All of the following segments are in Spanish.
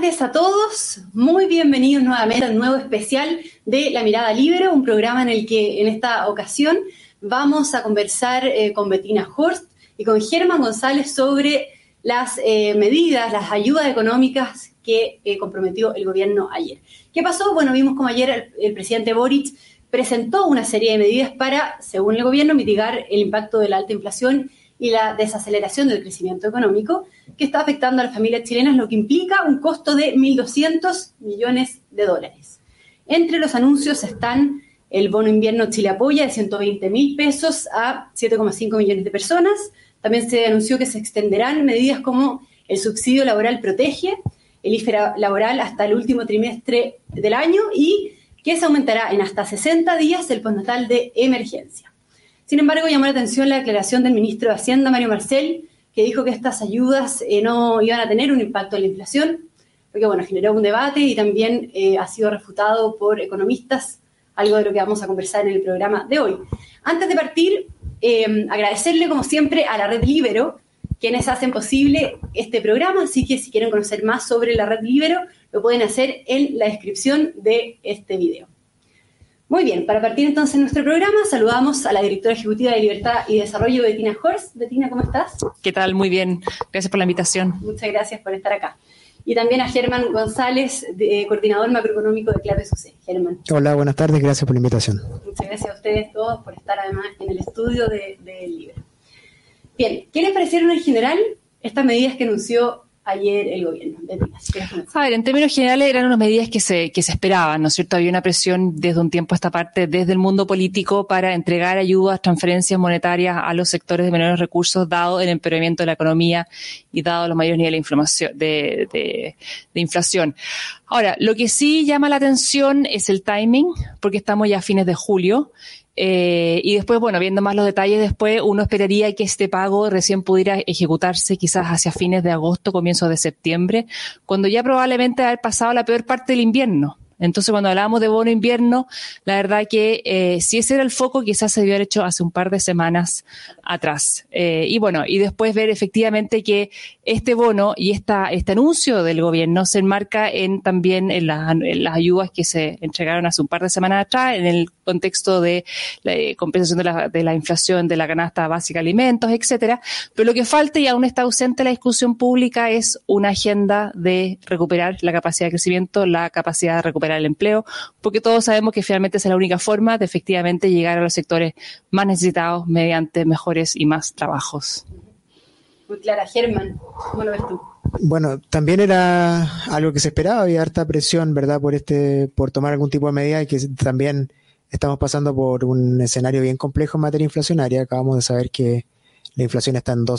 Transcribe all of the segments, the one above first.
tardes a todos, muy bienvenidos nuevamente al nuevo especial de La Mirada Libre, un programa en el que en esta ocasión vamos a conversar con Bettina Horst y con Germán González sobre las medidas, las ayudas económicas que comprometió el gobierno ayer. ¿Qué pasó? Bueno, vimos como ayer el presidente Boric presentó una serie de medidas para, según el gobierno, mitigar el impacto de la alta inflación y la desaceleración del crecimiento económico que está afectando a las familias chilenas, lo que implica un costo de 1.200 millones de dólares. Entre los anuncios están el bono invierno Chile Apoya de 120.000 pesos a 7,5 millones de personas. También se anunció que se extenderán medidas como el subsidio laboral Protege, el IFE laboral hasta el último trimestre del año y que se aumentará en hasta 60 días el postnatal de emergencia. Sin embargo, llamó la atención la declaración del ministro de Hacienda, Mario Marcel, que dijo que estas ayudas no iban a tener un impacto en la inflación, porque bueno, generó un debate y también ha sido refutado por economistas, algo de lo que vamos a conversar en el programa de hoy. Antes de partir, agradecerle como siempre a la Red Libero, quienes hacen posible este programa, así que si quieren conocer más sobre la Red Libero, lo pueden hacer en la descripción de este video. Muy bien, para partir entonces nuestro programa, saludamos a la directora ejecutiva de Libertad y Desarrollo, Bettina Horst. Bettina, ¿cómo estás? ¿Qué tal? Muy bien. Gracias por la invitación. Muchas gracias por estar acá. Y también a Germán González, coordinador macroeconómico de Claro SUC. Germán. Hola, buenas tardes, gracias por la invitación. Muchas gracias a ustedes todos por estar además en el estudio del Libro. Bien, ¿qué les parecieron en general estas medidas que anunció ayer el gobierno? A ver, en términos generales eran unas medidas que se esperaban, ¿no es cierto? Había una presión desde un tiempo a esta parte, desde el mundo político, para entregar ayudas, transferencias monetarias a los sectores de menores recursos, dado el empeoramiento de la economía y dado los mayores niveles de inflación. Ahora, lo que sí llama la atención es el timing, porque estamos ya a fines de julio. Y después, bueno, viendo más los detalles después, uno esperaría que este pago recién pudiera ejecutarse quizás hacia fines de agosto, comienzos de septiembre, cuando ya probablemente haber pasado la peor parte del invierno. Entonces, cuando hablábamos de bono invierno, la verdad que si ese era el foco, quizás se debió haber hecho hace un par de semanas atrás. Y bueno, y después ver efectivamente que este bono y este anuncio del gobierno se enmarca también en las ayudas que se entregaron hace un par de semanas atrás, en el contexto de la compensación de la inflación, de la canasta básica de alimentos, etcétera. Pero lo que falta y aún está ausente en la discusión pública es una agenda de recuperar la capacidad de crecimiento, la capacidad de recuperar el empleo, porque todos sabemos que finalmente esa es la única forma de efectivamente llegar a los sectores más necesitados mediante mejores y más trabajos. Muy clara. Germán, ¿cómo lo ves tú? Bueno, también era algo que se esperaba, había harta presión, ¿verdad?, por tomar algún tipo de medida, y que también estamos pasando por un escenario bien complejo en materia inflacionaria. Acabamos de saber que la inflación está en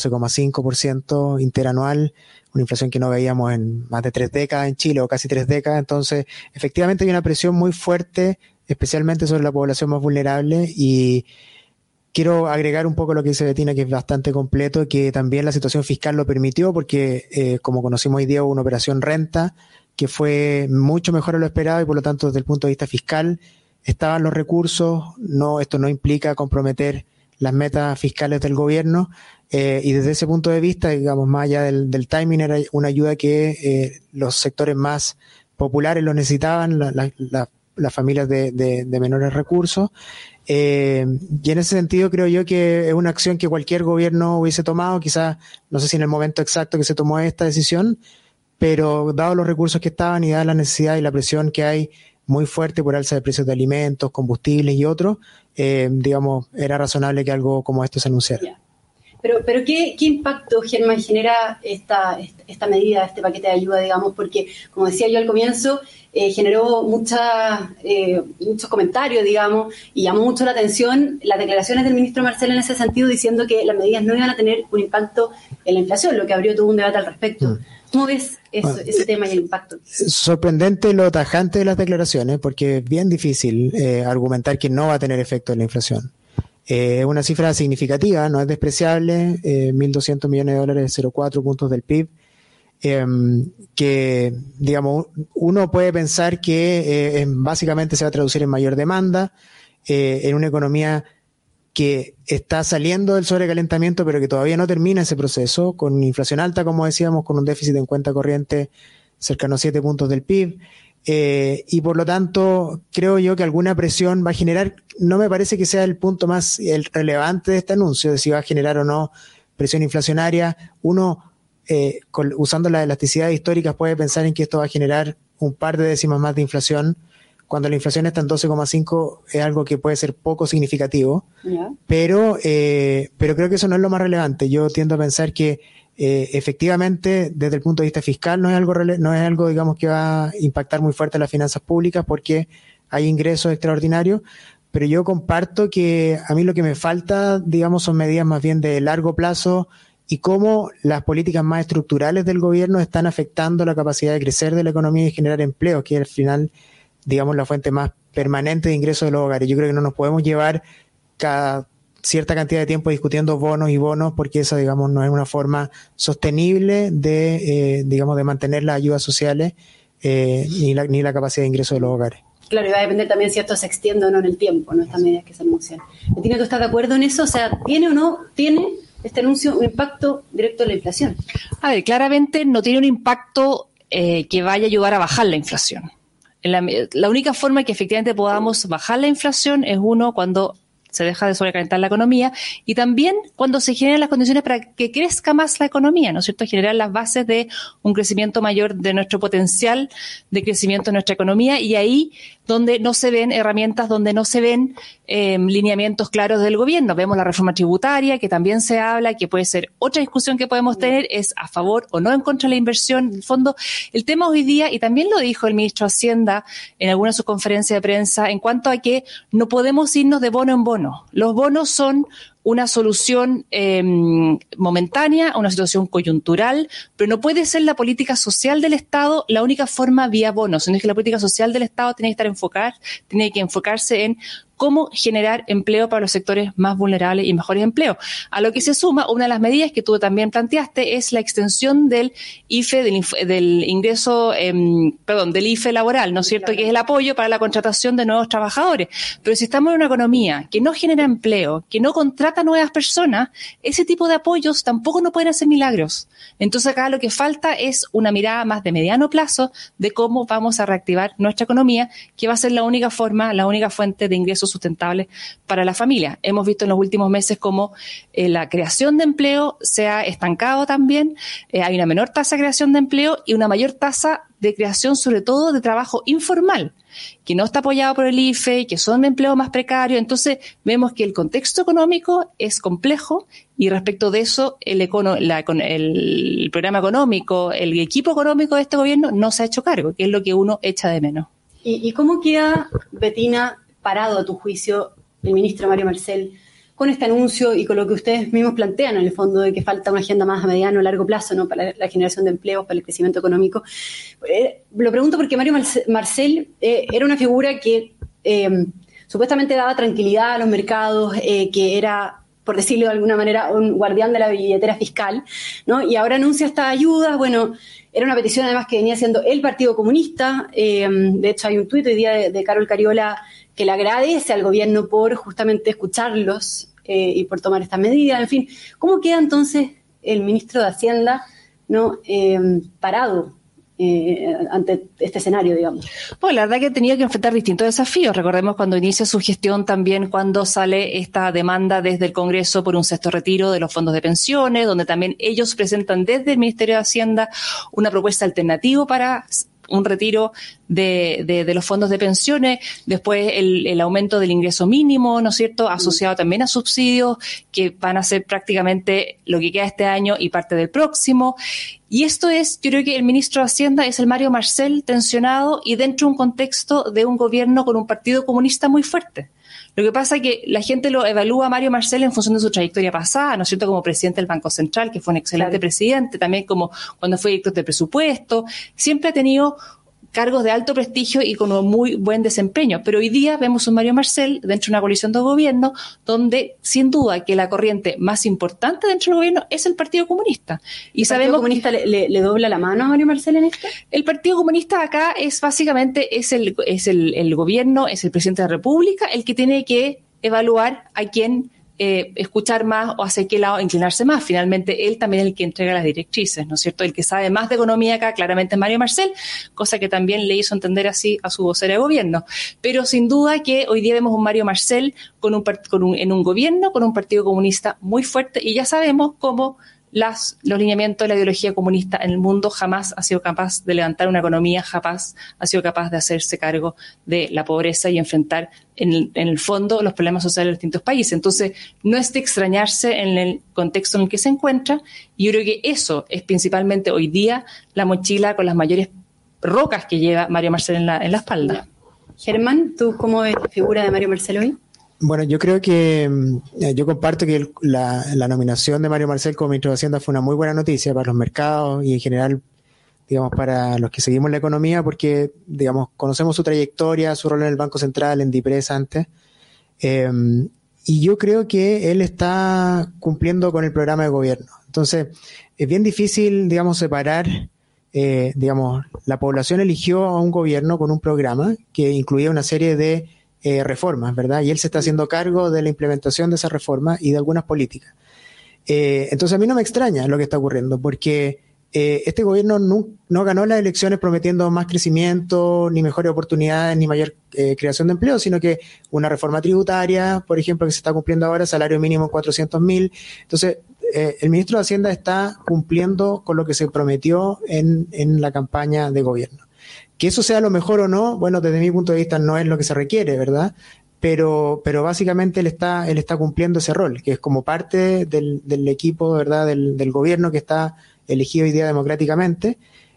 12,5% interanual, una inflación que no veíamos en más de 3 décadas en Chile, o casi 3 décadas. Entonces, efectivamente hay una presión muy fuerte, especialmente sobre la población más vulnerable, y quiero agregar un poco lo que dice Bettina, que es bastante completo, que también la situación fiscal lo permitió, porque como conocimos hoy día, hubo una operación renta que fue mucho mejor a lo esperado, y por lo tanto, desde el punto de vista fiscal, estaban los recursos. Esto no implica comprometer las metas fiscales del gobierno, y desde ese punto de vista, digamos, más allá del timing, era una ayuda que los sectores más populares lo necesitaban, las familias de menores recursos, y en ese sentido creo yo que es una acción que cualquier gobierno hubiese tomado, quizás, no sé si en el momento exacto que se tomó esta decisión, pero dado los recursos que estaban y dada la necesidad y la presión que hay muy fuerte por alza de precios de alimentos, combustibles y otros, digamos, era razonable que algo como esto se anunciara. Yeah. Pero ¿qué impacto, Germán, genera esta medida, este paquete de ayuda, digamos? Porque, como decía yo al comienzo, generó muchos comentarios, digamos, y llamó mucho la atención las declaraciones del ministro Marcel en ese sentido, diciendo que las medidas no iban a tener un impacto en la inflación, lo que abrió todo un debate al respecto. ¿Cómo ves ese tema y el impacto? Sorprendente lo tajante de las declaraciones, porque es bien difícil argumentar que no va a tener efecto en la inflación. Es una cifra significativa, no es despreciable, 1.200 millones de dólares, 0,4 puntos del PIB, que, digamos, uno puede pensar que básicamente se va a traducir en mayor demanda, en una economía que está saliendo del sobrecalentamiento, pero que todavía no termina ese proceso, con inflación alta, como decíamos, con un déficit en cuenta corriente cercano a 7 puntos del PIB, y por lo tanto creo yo que alguna presión va a generar. No me parece que sea el punto más relevante de este anuncio, de si va a generar o no presión inflacionaria. Uno, usando las elasticidades históricas, puede pensar en que esto va a generar un par de décimas más de inflación. Cuando la inflación está en 12,5 es algo que puede ser poco significativo, pero creo que eso no es lo más relevante. Yo tiendo a pensar que efectivamente, desde el punto de vista fiscal, no es algo, digamos, que va a impactar muy fuerte las finanzas públicas porque hay ingresos extraordinarios, pero yo comparto que a mí lo que me falta, digamos, son medidas más bien de largo plazo y cómo las políticas más estructurales del gobierno están afectando la capacidad de crecer de la economía y generar empleo, que es al final, digamos, la fuente más permanente de ingresos de los hogares. Yo creo que no nos podemos llevar cada cierta cantidad de tiempo discutiendo bonos y bonos, porque esa, digamos, no es una forma sostenible de, digamos, de mantener las ayudas sociales, ni la capacidad de ingreso de los hogares. Claro, y va a depender también si esto se extiende o no en el tiempo, ¿no? Estas medidas que se anuncian. Betina, ¿tú estás de acuerdo en eso? O sea, ¿tiene o no tiene este anuncio un impacto directo en la inflación? A ver, claramente no tiene un impacto que vaya a ayudar a bajar la inflación. La única forma que efectivamente podamos bajar la inflación es cuando se deja de sobrecalentar la economía y también cuando se generan las condiciones para que crezca más la economía, ¿no es cierto? Generar las bases de un crecimiento mayor de nuestro potencial de crecimiento de nuestra economía, y ahí donde no se ven herramientas, donde no se ven lineamientos claros del gobierno. Vemos la reforma tributaria, que también se habla, que puede ser otra discusión que podemos tener, es a favor o no en contra de la inversión. En el fondo, el tema hoy día, y también lo dijo el ministro de Hacienda en alguna de sus conferencias de prensa, en cuanto a que no podemos irnos de bono en bono. Los bonos son una solución momentánea, una situación coyuntural, pero no puede ser la política social del Estado la única forma vía bonos, sino que la política social del Estado tiene que enfocarse en cómo generar empleo para los sectores más vulnerables y mejores empleos. A lo que se suma, una de las medidas que tú también planteaste es la extensión del IFE, del ingreso, del IFE laboral, ¿no es cierto?, que es el apoyo para la contratación de nuevos trabajadores. Pero si estamos en una economía que no genera empleo, que no contrata nuevas personas, ese tipo de apoyos tampoco no pueden hacer milagros. Entonces acá lo que falta es una mirada más de mediano plazo de cómo vamos a reactivar nuestra economía, que va a ser la única forma, la única fuente de ingresos sustentables para la familia. Hemos visto en los últimos meses cómo la creación de empleo se ha estancado también, hay una menor tasa de creación de empleo y una mayor tasa de creación, sobre todo de trabajo informal, que no está apoyado por el IFE, que son de empleo más precarios. Entonces vemos que el contexto económico es complejo y respecto de eso el programa económico, el equipo económico de este gobierno no se ha hecho cargo, que es lo que uno echa de menos. ¿Y cómo queda, Betina, parado a tu juicio el ministro Mario Marcel con este anuncio y con lo que ustedes mismos plantean en el fondo de que falta una agenda más a mediano o largo plazo, ¿no?, para la generación de empleos, para el crecimiento económico? Lo pregunto porque Mario Marcel era una figura que supuestamente daba tranquilidad a los mercados, que era, por decirlo de alguna manera, un guardián de la billetera fiscal, ¿no? Y ahora anuncia estas ayudas. Bueno, era una petición además que venía haciendo el Partido Comunista. De hecho, hay un tuit hoy día de Carol Cariola que le agradece al gobierno por justamente escucharlos y por tomar estas medidas. En fin, ¿cómo queda entonces el ministro de Hacienda, ¿no?, parado ante este escenario, digamos? Bueno, la verdad que ha tenido que enfrentar distintos desafíos. Recordemos cuando inicia su gestión también, cuando sale esta demanda desde el Congreso por un sexto retiro de los fondos de pensiones, donde también ellos presentan desde el Ministerio de Hacienda una propuesta alternativa para un retiro de los fondos de pensiones, después el aumento del ingreso mínimo, ¿no es cierto?, asociado también a subsidios que van a ser prácticamente lo que queda este año y parte del próximo. Y esto es, yo creo que el ministro de Hacienda es el Mario Marcel tensionado y dentro de un contexto de un gobierno con un partido comunista muy fuerte. Lo que pasa es que la gente lo evalúa a Mario Marcel en función de su trayectoria pasada, ¿no es cierto?, como presidente del Banco Central, que fue un excelente presidente, también como cuando fue director de presupuesto, siempre ha tenido cargos de alto prestigio y con un muy buen desempeño. Pero hoy día vemos un Mario Marcel dentro de una coalición de gobierno donde, sin duda, que la corriente más importante dentro del gobierno es el Partido Comunista. Y sabemos ¿El Partido Comunista le dobla la mano a Mario Marcel en esto? El Partido Comunista acá es básicamente el gobierno, es el presidente de la República el que tiene que evaluar a quién escuchar más o hacia qué lado inclinarse más. Finalmente, él también es el que entrega las directrices, ¿no es cierto? El que sabe más de economía acá, claramente es Mario Marcel, cosa que también le hizo entender así a su vocera de gobierno. Pero sin duda que hoy día vemos un Mario Marcel en un gobierno con un partido comunista muy fuerte, y ya sabemos cómo los lineamientos de la ideología comunista en el mundo jamás ha sido capaz de levantar una economía, jamás ha sido capaz de hacerse cargo de la pobreza y enfrentar en el fondo los problemas sociales de los distintos países. Entonces, no es de extrañarse en el contexto en el que se encuentra, y yo creo que eso es principalmente hoy día la mochila con las mayores rocas que lleva Mario Marcel en la espalda. Germán, ¿tú cómo ves la figura de Mario Marcel hoy? Bueno, yo creo que yo comparto que la nominación de Mario Marcel como ministro de Hacienda fue una muy buena noticia para los mercados y en general, digamos, para los que seguimos la economía, porque, digamos, conocemos su trayectoria, su rol en el Banco Central, en DIPRES antes, y yo creo que él está cumpliendo con el programa de gobierno. Entonces, es bien difícil, digamos, separar, digamos, la población eligió a un gobierno con un programa que incluía una serie de reformas, ¿verdad? Y él se está haciendo cargo de la implementación de esas reformas y de algunas políticas. Entonces a mí no me extraña lo que está ocurriendo, porque este gobierno no ganó las elecciones prometiendo más crecimiento, ni mejores oportunidades, ni mayor creación de empleo, sino que una reforma tributaria, por ejemplo, que se está cumpliendo ahora, salario mínimo 400.000. Entonces, el ministro de Hacienda está cumpliendo con lo que se prometió en la campaña de gobierno. Que eso sea lo mejor o no, bueno, desde mi punto de vista no es lo que se requiere, ¿verdad? Pero básicamente él está cumpliendo ese rol, que es como parte del equipo, ¿verdad? Del gobierno que está elegido hoy día democráticamente.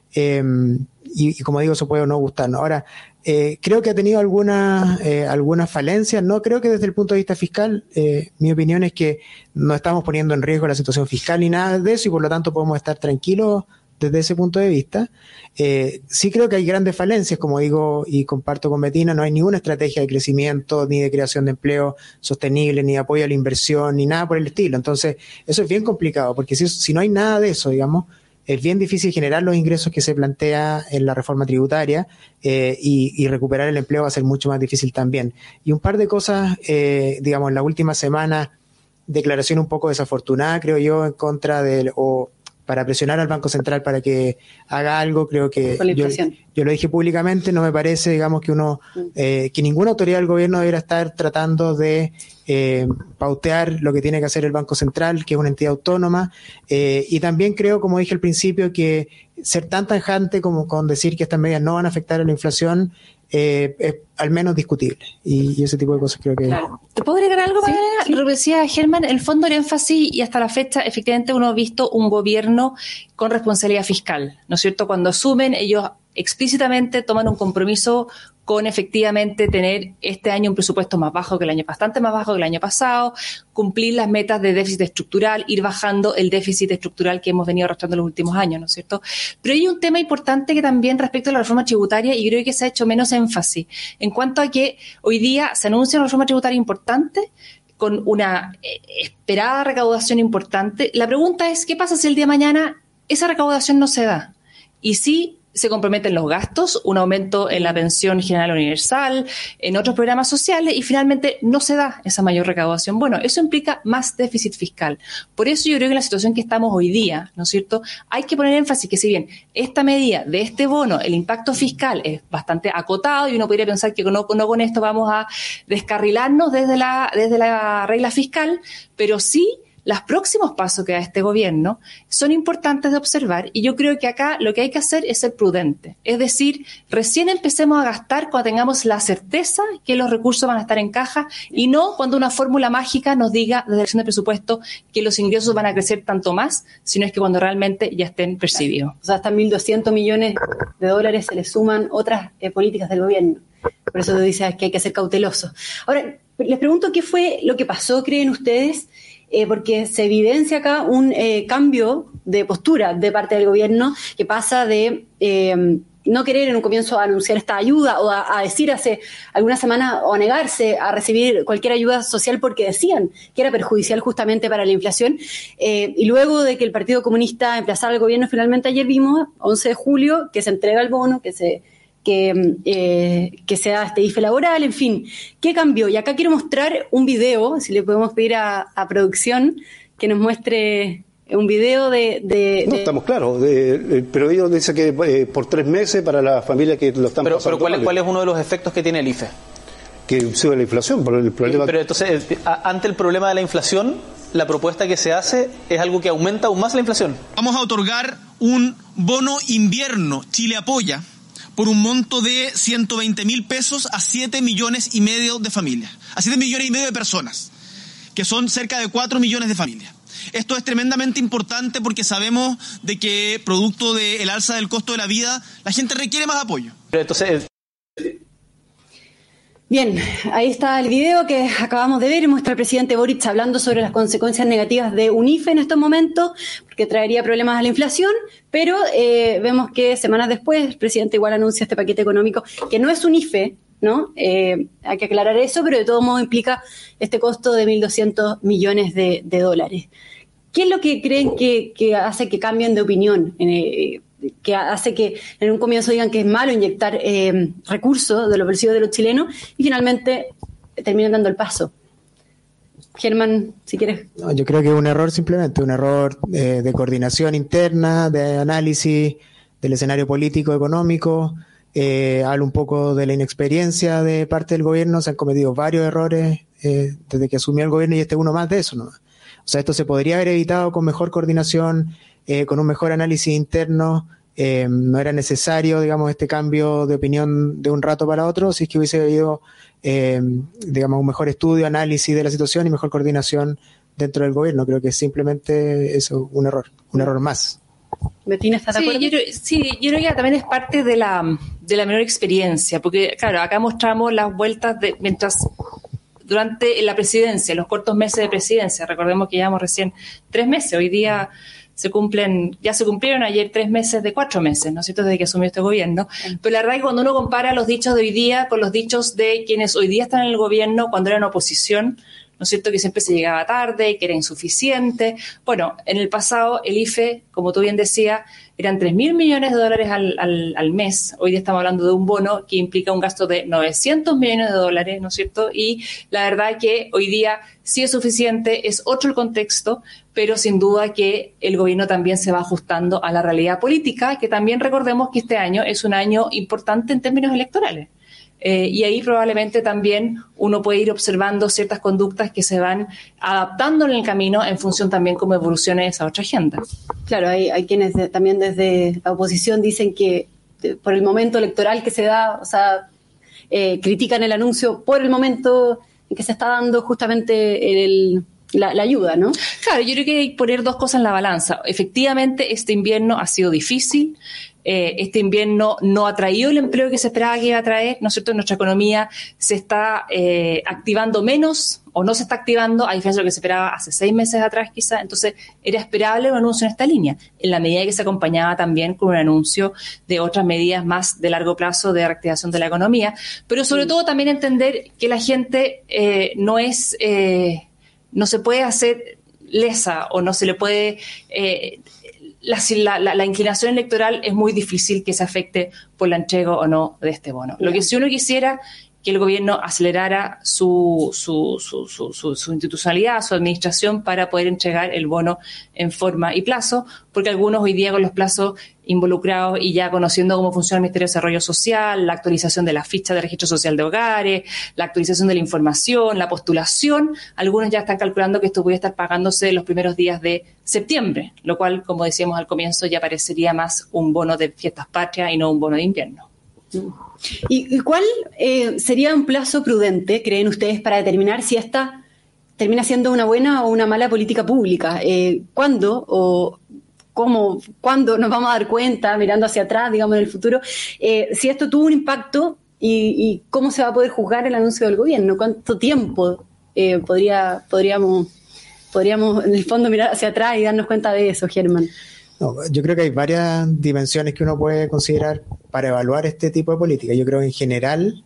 Y como digo, eso puede o no gustarnos. Ahora, creo que ha tenido algunas falencias. No creo que desde el punto de vista fiscal, mi opinión es que no estamos poniendo en riesgo la situación fiscal ni nada de eso, y por lo tanto podemos estar tranquilos desde ese punto de vista. Sí creo que hay grandes falencias, como digo, y comparto con Betina, no hay ninguna estrategia de crecimiento, ni de creación de empleo sostenible, ni de apoyo a la inversión, ni nada por el estilo. Entonces, eso es bien complicado, porque si no hay nada de eso, digamos, es bien difícil generar los ingresos que se plantea en la reforma tributaria, y recuperar el empleo va a ser mucho más difícil también. Y un par de cosas, digamos, en la última semana, declaración un poco desafortunada, creo yo, en contra para presionar al Banco Central para que haga algo. Creo que yo lo dije públicamente, no me parece, digamos, que que ninguna autoridad del gobierno debería estar tratando de pautear lo que tiene que hacer el Banco Central, que es una entidad autónoma, y también creo, como dije al principio, que ser tan tajante como con decir que estas medidas no van a afectar a la inflación es al menos discutible, y ese tipo de cosas creo que... Claro. ¿Te puedo agregar algo, Magdalena? Sí. Lo que decía Germán, el fondo, el énfasis, y hasta la fecha, efectivamente uno ha visto un gobierno con responsabilidad fiscal, ¿no es cierto? Cuando asumen, ellos explícitamente toman un compromiso con efectivamente tener este año un presupuesto más bajo que el año, bastante más bajo que el año pasado, cumplir las metas de déficit estructural, ir bajando el déficit estructural que hemos venido arrastrando en los últimos años, ¿no es cierto? Pero hay un tema importante que también respecto a la reforma tributaria, y creo que se ha hecho menos énfasis, en cuanto a que hoy día se anuncia una reforma tributaria importante, con una esperada recaudación importante. La pregunta es, ¿qué pasa si el día de mañana esa recaudación no se da? Y si se comprometen los gastos, un aumento en la pensión general universal, en otros programas sociales, y finalmente no se da esa mayor recaudación. Bueno, eso implica más déficit fiscal. Por eso yo creo que en la situación que estamos hoy día, ¿no es cierto?, hay que poner énfasis que si bien esta medida de este bono, el impacto fiscal es bastante acotado, y uno podría pensar que no con esto vamos a descarrilarnos desde la regla fiscal, pero sí los próximos pasos que da este gobierno son importantes de observar, y yo creo que acá lo que hay que hacer es ser prudente. Es decir, recién empecemos a gastar cuando tengamos la certeza que los recursos van a estar en caja, y no cuando una fórmula mágica nos diga desde la dirección de presupuesto que los ingresos van a crecer tanto más, sino es que cuando realmente ya estén percibidos. O sea, hasta 1.200 millones de dólares se le suman otras políticas del gobierno. Por eso tú dices que hay que ser cauteloso. Ahora, les pregunto qué fue lo que pasó, ¿creen ustedes? Porque se evidencia acá un cambio de postura de parte del gobierno, que pasa de no querer en un comienzo anunciar esta ayuda, o a decir hace algunas semanas, o a negarse a recibir cualquier ayuda social porque decían que era perjudicial justamente para la inflación, y luego de que el Partido Comunista emplazara al gobierno, finalmente ayer vimos, 11 de julio, que se entrega el bono, que que sea este IFE laboral, en fin, ¿qué cambió? Y acá quiero mostrar un video, si le podemos pedir a producción que nos muestre un video No, estamos claros, pero ellos dicen que por 3 meses para las familias que lo están pasando. Pero ¿cuál es uno de los efectos que tiene el IFE? Que sube la inflación, por el problema. Pero entonces, ante el problema de la inflación, la propuesta que se hace es algo que aumenta aún más la inflación. Vamos a otorgar un bono invierno, Chile Apoya, por un monto de 120.000 pesos a 7,5 millones de familias, a 7,5 millones de personas, que son cerca de 4 millones de familias. Esto es tremendamente importante porque sabemos de que, producto del alza del costo de la vida, la gente requiere más apoyo. Pero entonces... Bien, ahí está el video que acabamos de ver y muestra al presidente Boric hablando sobre las consecuencias negativas de un IFE en estos momentos, porque traería problemas a la inflación, pero vemos que semanas después el presidente igual anuncia este paquete económico, que no es un IFE, ¿no? Hay que aclarar eso, pero de todos modos implica este costo de 1.200 millones de dólares. ¿Qué es lo que creen que hace que cambien de opinión? Que hace que en un comienzo digan que es malo inyectar recursos de los bolsillos de los chilenos y finalmente terminan dando el paso. Germán, si quieres. No, yo creo que es un error simplemente, un error de coordinación interna, de análisis del escenario político, económico. Hablo un poco de la inexperiencia de parte del gobierno, se han cometido varios errores desde que asumió el gobierno y uno más de eso, ¿no? O sea, esto se podría haber evitado con mejor coordinación, con un mejor análisis interno. No era necesario, digamos, este cambio de opinión de un rato para otro, si es que hubiese habido, digamos, un mejor estudio, análisis de la situación y mejor coordinación dentro del gobierno. Creo que es simplemente eso, un error más. Betina, ¿está de acuerdo? Yo creo que también es parte de la menor experiencia, porque, claro, acá mostramos las vueltas durante la presidencia, los cortos meses de presidencia. Recordemos que llevamos recién 3 meses, hoy día se cumplieron ayer 3 meses de 4 meses, ¿no es cierto?, desde que asumió este gobierno. Pero la verdad es que cuando uno compara los dichos de hoy día con los dichos de quienes hoy día están en el gobierno cuando eran oposición, ¿no es cierto?, que siempre se llegaba tarde, que era insuficiente. Bueno, en el pasado el IFE, como tú bien decías, eran 3.000 millones de dólares al mes. Hoy día estamos hablando de un bono que implica un gasto de 900 millones de dólares, ¿no es cierto? Y la verdad es que hoy día sí es suficiente, es otro el contexto, pero sin duda que el gobierno también se va ajustando a la realidad política, que también recordemos que este año es un año importante en términos electorales. Y ahí probablemente también uno puede ir observando ciertas conductas que se van adaptando en el camino en función también cómo evolucione esa otra agenda. Claro, hay quienes también desde la oposición dicen que por el momento electoral que se da, o sea, critican el anuncio por el momento en que se está dando justamente la ayuda, ¿no? Claro, yo creo que hay que poner 2 cosas en la balanza. Efectivamente, este invierno ha sido difícil. Este invierno no ha traído el empleo que se esperaba que iba a traer, ¿no es cierto? Nuestra economía se está activando menos o no se está activando, a diferencia de lo que se esperaba hace 6 meses atrás quizás. Entonces era esperable un anuncio en esta línea, en la medida que se acompañaba también con un anuncio de otras medidas más de largo plazo de reactivación de la economía, pero sobre todo también entender que la gente no se puede hacer lesa o no se le puede... La inclinación electoral es muy difícil que se afecte por la entrega o no de este bono. Lo que si uno quisiera que el gobierno acelerara su institucionalidad, su administración para poder entregar el bono en forma y plazo, porque algunos hoy día con los plazos involucrados y ya conociendo cómo funciona el Ministerio de Desarrollo Social, la actualización de la ficha de registro social de hogares, la actualización de la información, la postulación, algunos ya están calculando que esto puede estar pagándose los primeros días de septiembre, lo cual, como decíamos al comienzo, ya parecería más un bono de fiestas patrias y no un bono de invierno. ¿Y cuál sería un plazo prudente, creen ustedes, para determinar si esta termina siendo una buena o una mala política pública? ¿Cuándo o cómo, cuándo nos vamos a dar cuenta, mirando hacia atrás, digamos, en el futuro, si esto tuvo un impacto y cómo se va a poder juzgar el anuncio del gobierno? ¿Cuánto tiempo podríamos en el fondo mirar hacia atrás y darnos cuenta de eso, Germán? No, yo creo que hay varias dimensiones que uno puede considerar para evaluar este tipo de política. Yo creo que en general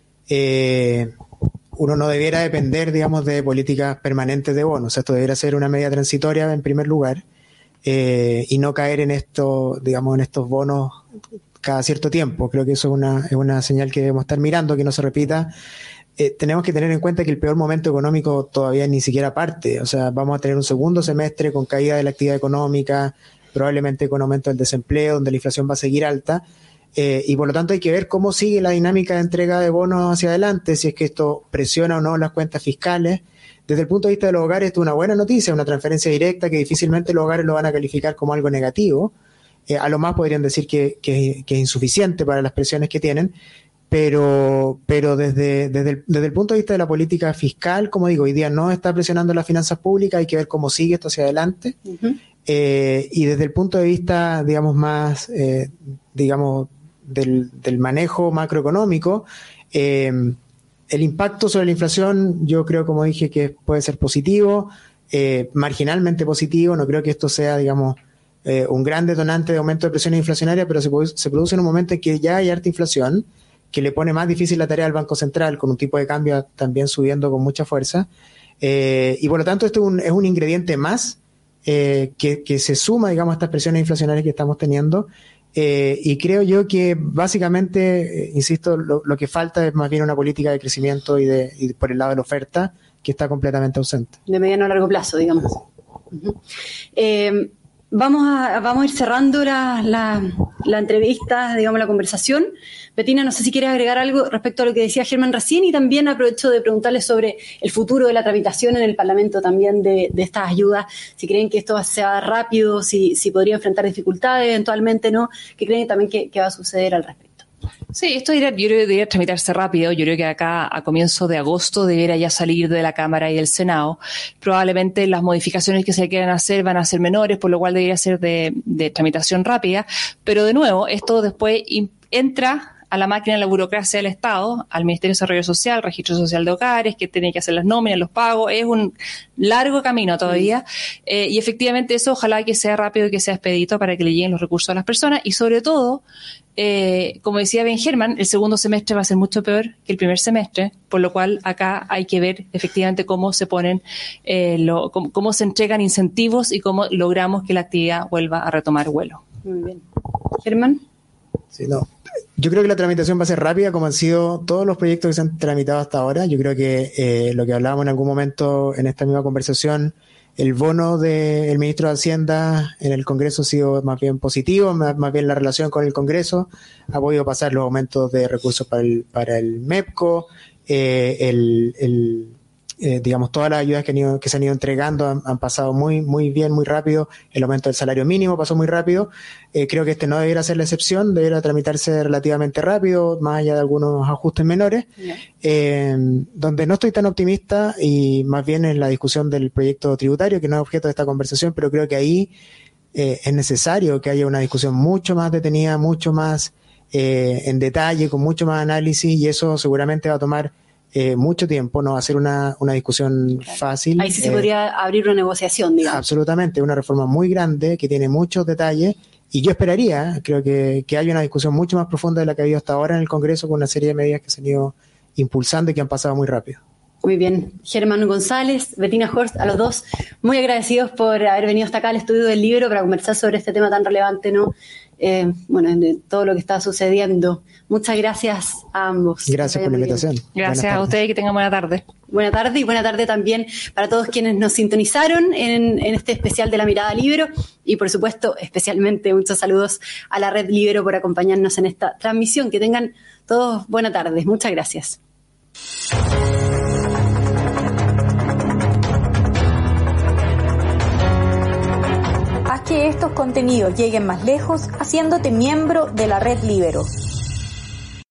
uno no debiera depender, digamos, de políticas permanentes de bonos. Esto debiera ser una medida transitoria en primer lugar y no caer en esto, digamos, en estos bonos cada cierto tiempo. Creo que eso es una señal que debemos estar mirando, que no se repita. Tenemos que tener en cuenta que el peor momento económico todavía ni siquiera parte. O sea, vamos a tener un segundo semestre con caída de la actividad económica, probablemente con aumento del desempleo, donde la inflación va a seguir alta. Y por lo tanto hay que ver cómo sigue la dinámica de entrega de bonos hacia adelante, si es que esto presiona o no las cuentas fiscales. Desde el punto de vista de los hogares, esto es una buena noticia, una transferencia directa que difícilmente los hogares lo van a calificar como algo negativo. A lo más podrían decir que es insuficiente para las presiones que tienen, pero desde el punto de vista de la política fiscal, como digo, hoy día no está presionando las finanzas públicas, hay que ver cómo sigue esto hacia adelante. Uh-huh. Y desde el punto de vista, digamos, más, del manejo macroeconómico, el impacto sobre la inflación, yo creo, como dije, que puede ser positivo, marginalmente positivo. No creo que esto sea, digamos, un gran detonante de aumento de presiones inflacionarias, pero se produce en un momento en que ya hay harta inflación, que le pone más difícil la tarea al Banco Central, con un tipo de cambio también subiendo con mucha fuerza. Y por lo tanto, esto es un ingrediente más que se suma, digamos, a estas presiones inflacionarias que estamos teniendo. Y creo yo que básicamente, insisto, lo que falta es más bien una política de crecimiento y por el lado de la oferta, que está completamente ausente. De mediano a largo plazo, digamos. Uh-huh. Vamos a ir cerrando la entrevista, digamos, la conversación. Bettina, no sé si quieres agregar algo respecto a lo que decía Germán recién, y también aprovecho de preguntarle sobre el futuro de la tramitación en el Parlamento también de estas ayudas, si creen que esto sea rápido, si podría enfrentar dificultades eventualmente, ¿no? ¿Qué creen también que va a suceder al respecto? Sí, esto yo creo que debería tramitarse rápido. Yo creo que acá a comienzo de agosto debería ya salir de la Cámara y del Senado. Probablemente las modificaciones que se quieran hacer van a ser menores, por lo cual debería ser de tramitación rápida. Pero de nuevo, esto después entra a la máquina de la burocracia del Estado, al Ministerio de Desarrollo Social, Registro Social de Hogares, que tiene que hacer las nóminas, los pagos. Es un largo camino todavía. Y efectivamente eso ojalá que sea rápido y que sea expedito para que le lleguen los recursos a las personas. Y sobre todo, como decía Ben Germán, el segundo semestre va a ser mucho peor que el primer semestre, por lo cual acá hay que ver efectivamente cómo se ponen, cómo se entregan incentivos y cómo logramos que la actividad vuelva a retomar vuelo. Muy bien. Germán. Sí, no. Yo creo que la tramitación va a ser rápida, como han sido todos los proyectos que se han tramitado hasta ahora. Yo creo que lo que hablábamos en algún momento en esta misma conversación, el bono del ministro de Hacienda en el Congreso ha sido más bien positivo, más bien la relación con el Congreso ha podido pasar los aumentos de recursos para el MEPCO, digamos, todas las ayudas que se han ido entregando han pasado muy bien, muy rápido. El aumento del salario mínimo pasó muy rápido. Creo que este no debería ser la excepción, debería tramitarse relativamente rápido, más allá de algunos ajustes menores. Donde no estoy tan optimista, y más bien en la discusión del proyecto tributario, que no es objeto de esta conversación, pero creo que ahí es necesario que haya una discusión mucho más detenida, mucho más en detalle, con mucho más análisis, y eso seguramente va a tomar mucho tiempo, no va a ser una discusión fácil. Ahí sí se podría abrir una negociación, digamos. Absolutamente, una reforma muy grande que tiene muchos detalles, y yo esperaría, creo que haya una discusión mucho más profunda de la que ha habido hasta ahora en el Congreso, con una serie de medidas que se han ido impulsando y que han pasado muy rápido. Muy bien. Germán González, Bettina Horst, a los dos muy agradecidos por haber venido hasta acá al estudio del libro para conversar sobre este tema tan relevante, ¿no? De todo lo que está sucediendo. Muchas gracias a ambos. Gracias por la invitación. Gracias a ustedes, que tengan buena tarde. Buena tarde, y buena tarde también para todos quienes nos sintonizaron en este especial de La Mirada Libero, y por supuesto especialmente muchos saludos a la Red Libero por acompañarnos en esta transmisión. Que tengan todos buena tarde. Muchas gracias. Haz que estos contenidos lleguen más lejos haciéndote miembro de la Red Libero.